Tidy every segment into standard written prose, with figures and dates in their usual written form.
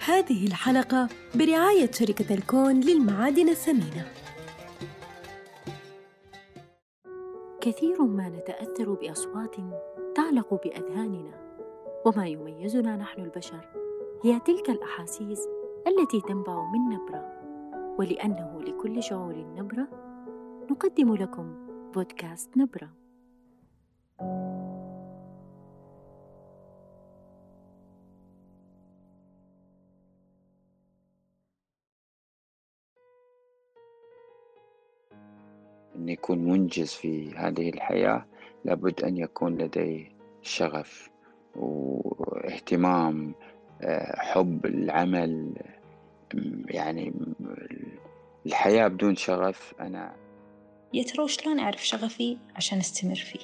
هذه الحلقة برعاية شركة الكون للمعادن الثمينة. كثير ما نتأثر بأصوات تعلق بأذهاننا، وما يميزنا نحن البشر هي تلك الأحاسيس التي تنبع من نبرة. ولأنه لكل شعور نبرة، نقدم لكم بودكاست نبرة. أن يكون منجز في هذه الحياة لابد أن يكون لديه شغف واهتمام، حب العمل. يعني الحياة بدون شغف يا ترى وشلون أعرف شغفي عشان أستمر فيه؟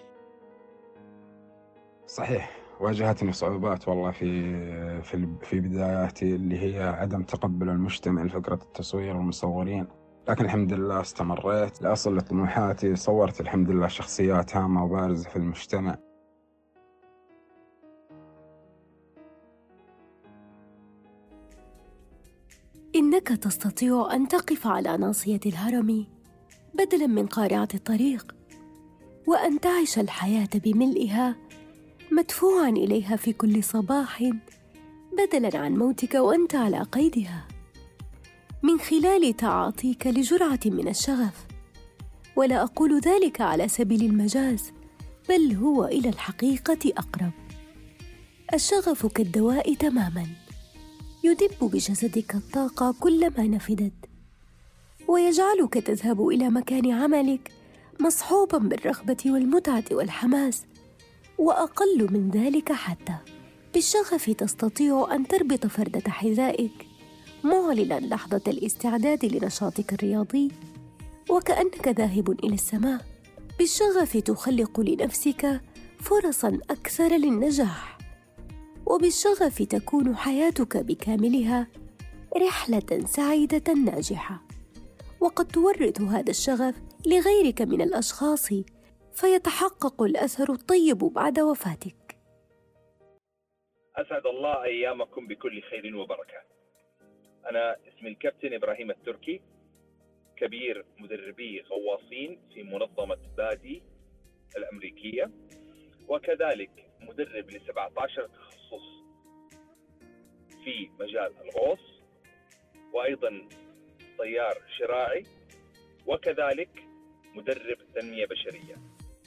صحيح، واجهتني صعوبات والله في بداياتي، اللي هي عدم تقبل المجتمع لفكرة التصوير والمصورين، لكن الحمد لله استمريت لأصل لطموحاتي. صورت الحمد لله شخصيات هامة وبارزة في المجتمع. إنك تستطيع أن تقف على ناصية الهرم بدلاً من قارعة الطريق، وأن تعيش الحياة بملئها مدفوعاً إليها في كل صباح بدلاً عن موتك وأنت على قيدها، من خلال تعاطيك لجرعة من الشغف. ولا أقول ذلك على سبيل المجاز، بل هو إلى الحقيقة أقرب. الشغف كالدواء تماماً، يدب بجسدك الطاقة كلما نفدت، ويجعلك تذهب إلى مكان عملك مصحوباً بالرغبة والمتعة والحماس. وأقل من ذلك حتى، بالشغف تستطيع أن تربط فردة حذائك معلناً لحظة الاستعداد لنشاطك الرياضي وكأنك ذاهب إلى السماء. بالشغف تخلق لنفسك فرصاً أكثر للنجاح، وبالشغف تكون حياتك بكاملها رحلة سعيدة ناجحة. وقد تورث هذا الشغف لغيرك من الأشخاص، فيتحقق الأثر الطيب بعد وفاتك. أسعد الله أيامكم بكل خير وبركة. أنا اسمي الكابتن إبراهيم التركي، كبير مدربي غواصين في منظمة بادي الأمريكية، وكذلك مدرب ل17 تخصص في مجال الغوص، وأيضا طيار شراعي، وكذلك مدرب تنمية بشرية.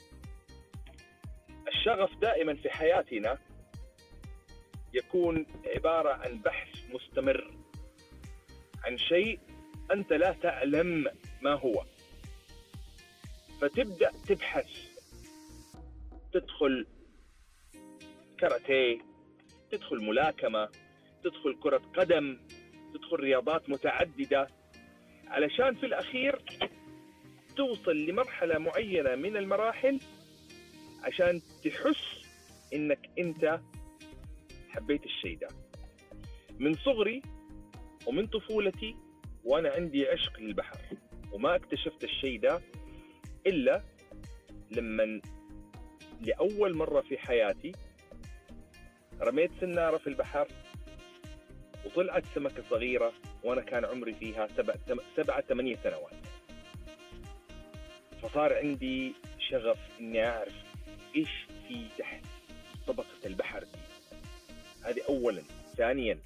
الشغف دائما في حياتنا يكون عبارة عن بحث مستمر عن شيء أنت لا تعلم ما هو، فتبدأ تبحث، تدخل كاراتيه، تدخل ملاكمة، تدخل كرة قدم، تدخل رياضات متعددة، علشان في الأخير توصل لمرحلة معينة من المراحل عشان تحس إنك أنت حبيت الشيء ده. من صغري ومن طفولتي وأنا عندي عشق للبحر، وما اكتشفت الشيء ده إلا لما لأول مرة في حياتي رميت سنارة في البحر وطلعت سمكة صغيرة، وأنا كان عمري فيها 7-8 سنوات. فصار عندي شغف إني أعرف إيش في تحت طبقة البحر دي. هذه أولاً. ثانياً،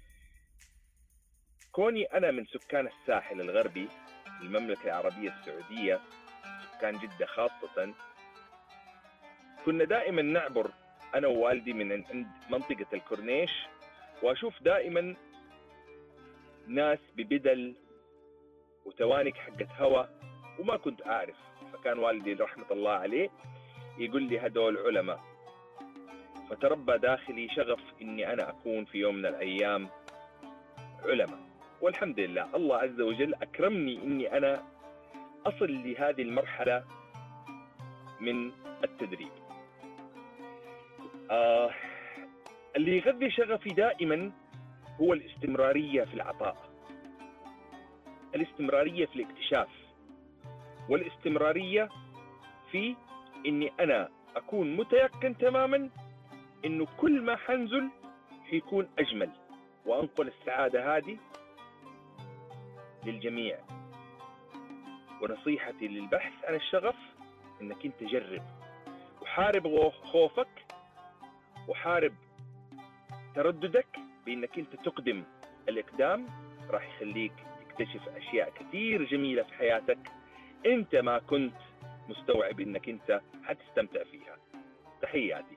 كوني أنا من سكان الساحل الغربي المملكة العربية السعودية، سكان جدة خاصة، كنا دائماً نعبر أنا ووالدي من عند منطقة الكورنيش، وأشوف دائماً ناس ببدل وتوانك حقت هوا، وما كنت أعرف. فكان والدي رحمة الله عليه يقول لي هدول علماء. فتربى داخلي شغف إني أنا أكون في يوم من الأيام علماء، والحمد لله الله عز وجل أكرمني إني أنا أصل لهذه المرحلة من التدريب. اللي يغذي شغفي دائما هو الاستمرارية في العطاء، الاستمرارية في الاكتشاف، والاستمرارية في إني أنا أكون متيقن تماما إنه كل ما حنزل حيكون أجمل، وأنقل السعادة هذه للجميع. ونصيحتي للبحث عن الشغف إنك أنت جرب وحارب خوفك وحارب ترددك بإنك أنت تقدم. الإقدام راح يخليك تكتشف أشياء كثير جميلة في حياتك أنت ما كنت مستوعب إنك أنت حتستمتع فيها. تحياتي.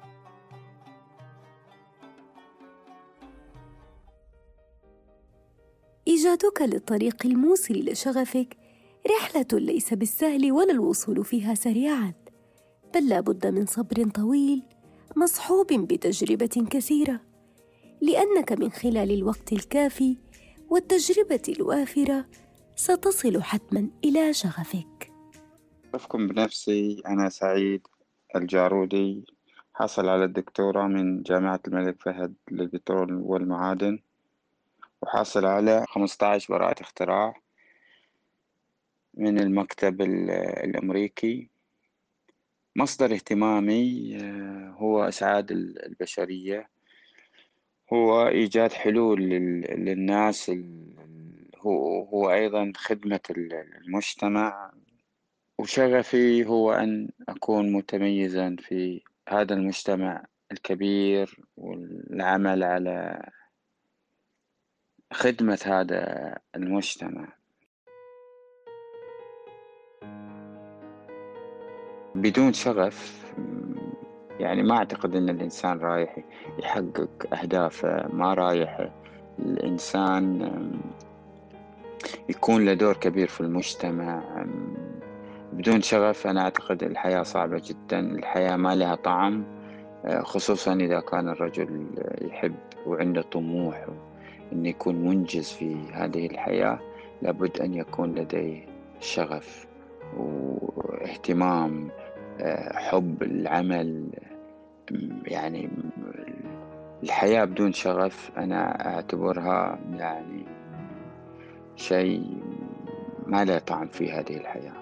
إيجادك للطريق الموصل لشغفك رحلة ليس بالسهل ولا الوصول فيها سريعاً، بل لا بد من صبر طويل مصحوب بتجربة كثيرة، لأنك من خلال الوقت الكافي والتجربة الوافرة ستصل حتماً إلى شغفك. أعرفكم بنفسي، أنا سعيد الجارودي، حصل على الدكتوراه من جامعة الملك فهد للبترول والمعادن، وحاصل على 15 براءة اختراع من المكتب الأمريكي. مصدر اهتمامي هو إسعاد البشرية، هو إيجاد حلول للناس، هو أيضا خدمة المجتمع. وشغفي هو أن أكون متميزا في هذا المجتمع الكبير، والعمل على خدمة هذا المجتمع. بدون شغف يعني ما أعتقد أن الإنسان رايح يحقق أهدافه، ما رايح الإنسان يكون له دور كبير في المجتمع. بدون شغف أنا أعتقد الحياة صعبة جدا، الحياة ما لها طعم، خصوصا إذا كان الرجل يحب وعنده طموح أن يكون منجز في هذه الحياة. لابد أن يكون لديه شغف واهتمام، حب العمل. يعني الحياة بدون شغف أنا أعتبرها يعني شيء ما له طعم في هذه الحياة.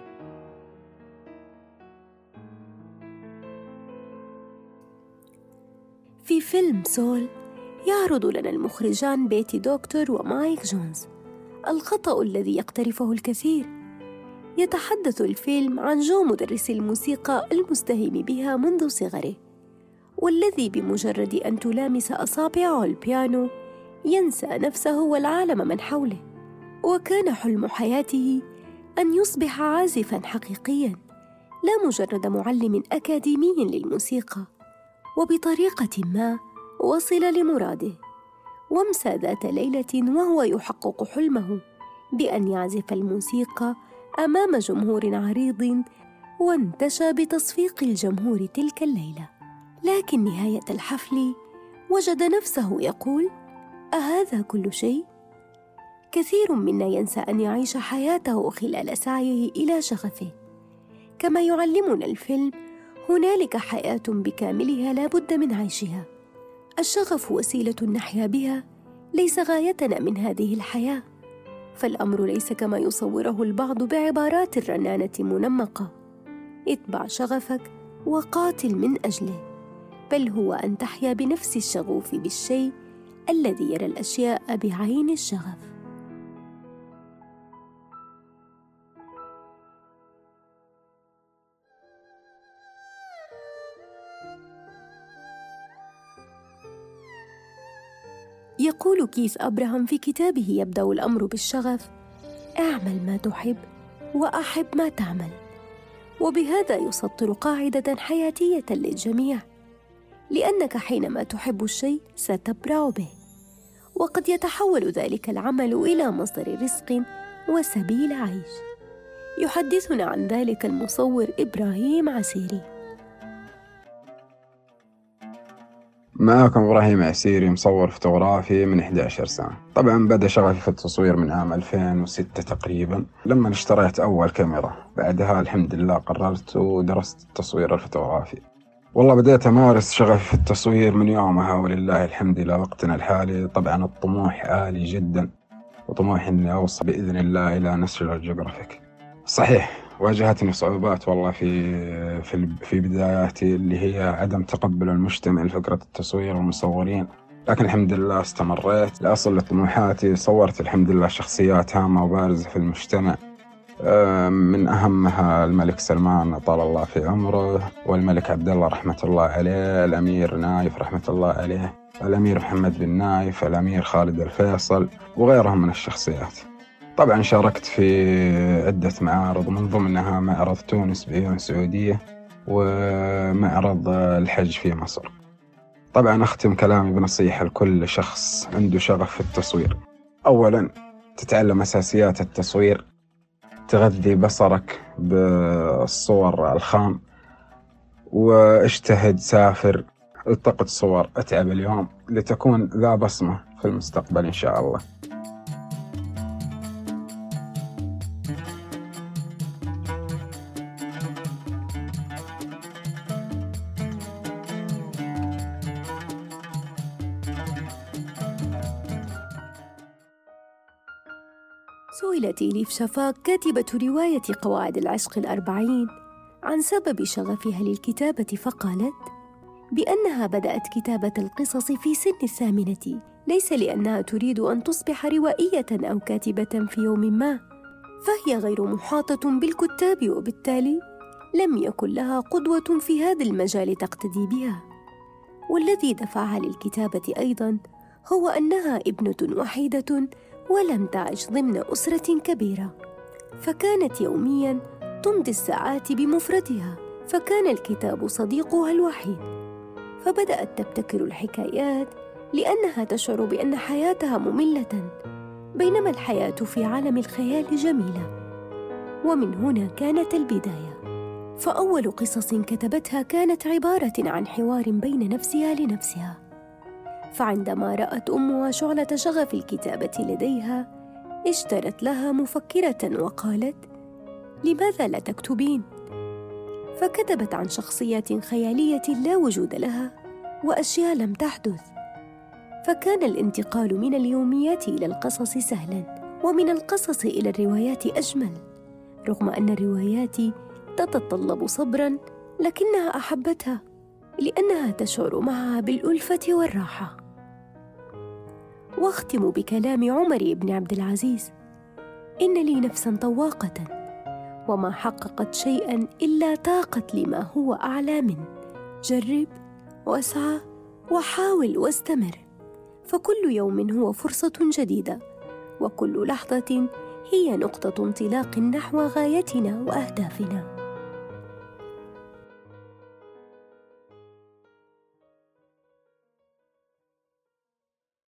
في فيلم سول يعرض لنا المخرجان بيتي دوكتور ومايك جونز الخطأ الذي يقترفه الكثير. يتحدث الفيلم عن جو مدرس الموسيقى المستهين بها منذ صغره، والذي بمجرد أن تلامس أصابعه البيانو ينسى نفسه والعالم من حوله. وكان حلم حياته أن يصبح عازفاً حقيقياً، لا مجرد معلم أكاديمي للموسيقى. وبطريقة ما وصل لمراده، وامسى ذات ليلة وهو يحقق حلمه بأن يعزف الموسيقى أمام جمهور عريض، وانتشى بتصفيق الجمهور تلك الليلة. لكن نهاية الحفل وجد نفسه يقول: أهذا كل شيء؟ كثير منا ينسى أن يعيش حياته خلال سعيه إلى شغفه. كما يعلمنا الفيلم، هنالك حياة بكاملها لا بد من عيشها. الشغف وسيلة نحيا بها، ليس غايتنا من هذه الحياة. فالأمر ليس كما يصوره البعض بعبارات رنانة منمقة: اتبع شغفك وقاتل من أجله، بل هو أن تحيا بنفس الشغوف بالشيء الذي يرى الأشياء بعين الشغف. يقول كيث أبراهام في كتابه يبدأ الأمر بالشغف: اعمل ما تحب وأحب ما تعمل. وبهذا يسطر قاعدة حياتية للجميع، لأنك حينما تحب الشيء ستبرع به، وقد يتحول ذلك العمل إلى مصدر رزق وسبيل عيش. يحدثنا عن ذلك المصور إبراهيم عسيري. معكم إبراهيم عسيري، مصور فوتوغرافي من 11 سنة. طبعا بدأ شغفي في التصوير من عام 2006 تقريبا، لما اشتريت أول كاميرا. بعدها الحمد لله قررت ودرست التصوير الفوتوغرافي. والله بدأت أمارس شغفي في التصوير من يومها، ولله الحمد إلى وقتنا الحالي. طبعا الطموح عالي جدا، وطموحي إني أوصل بإذن الله إلى ناشونال جيوغرافيك. صحيح واجهتني صعوبات والله في بداياتي، اللي هي عدم تقبل المجتمع لفكرة التصوير والمصورين. لكن الحمد لله استمريت لأصل لطموحاتي. صورت الحمد لله شخصيات هامة وبارزة في المجتمع، من أهمها الملك سلمان طال الله في عمره، والملك عبد الله رحمة الله عليه، الأمير نايف رحمة الله عليه، الأمير محمد بن نايف، الأمير خالد الفيصل، وغيرهم من الشخصيات. طبعا شاركت في عدة معارض، من ضمنها معرض تونس بعيون سعودية، ومعرض الحج في مصر. طبعا أختم كلامي بنصيحة لكل شخص عنده شغف في التصوير. أولا تتعلم أساسيات التصوير، تغذي بصرك بالصور الخام، واجتهد، سافر، التقط صور، اتعب اليوم لتكون ذا بصمة في المستقبل إن شاء الله. سئلت إليف شفاق كاتبة رواية قواعد العشق 40 عن سبب شغفها للكتابة، فقالت بأنها بدأت كتابة القصص في سن 8، ليس لأنها تريد أن تصبح روائية أو كاتبة في يوم ما، فهي غير محاطة بالكتاب، وبالتالي لم يكن لها قدوة في هذا المجال تقتدي بها. والذي دفعها للكتابة أيضاً هو أنها ابنة وحيدة ولم تعش ضمن أسرة كبيرة، فكانت يومياً تمضي الساعات بمفردها، فكان الكتاب صديقها الوحيد. فبدأت تبتكر الحكايات لأنها تشعر بأن حياتها مملة، بينما الحياة في عالم الخيال جميلة. ومن هنا كانت البداية، فأول قصص كتبتها كانت عبارة عن حوار بين نفسها لنفسها. فعندما رأت أمها شعلة شغف الكتابة لديها، اشترت لها مفكرة وقالت: لماذا لا تكتبين؟ فكتبت عن شخصيات خيالية لا وجود لها وأشياء لم تحدث. فكان الانتقال من اليوميات إلى القصص سهلاً، ومن القصص إلى الروايات أجمل، رغم أن الروايات تتطلب صبراً، لكنها أحبتها لأنها تشعر معها بالألفة والراحة. واختم بكلام عمر بن عبد العزيز: إن لي نفساً طواقة، وما حققت شيئاً إلا طاقت لما هو أعلى منه. جرب واسعى وحاول واستمر، فكل يوم هو فرصة جديدة، وكل لحظة هي نقطة انطلاق نحو غايتنا وأهدافنا.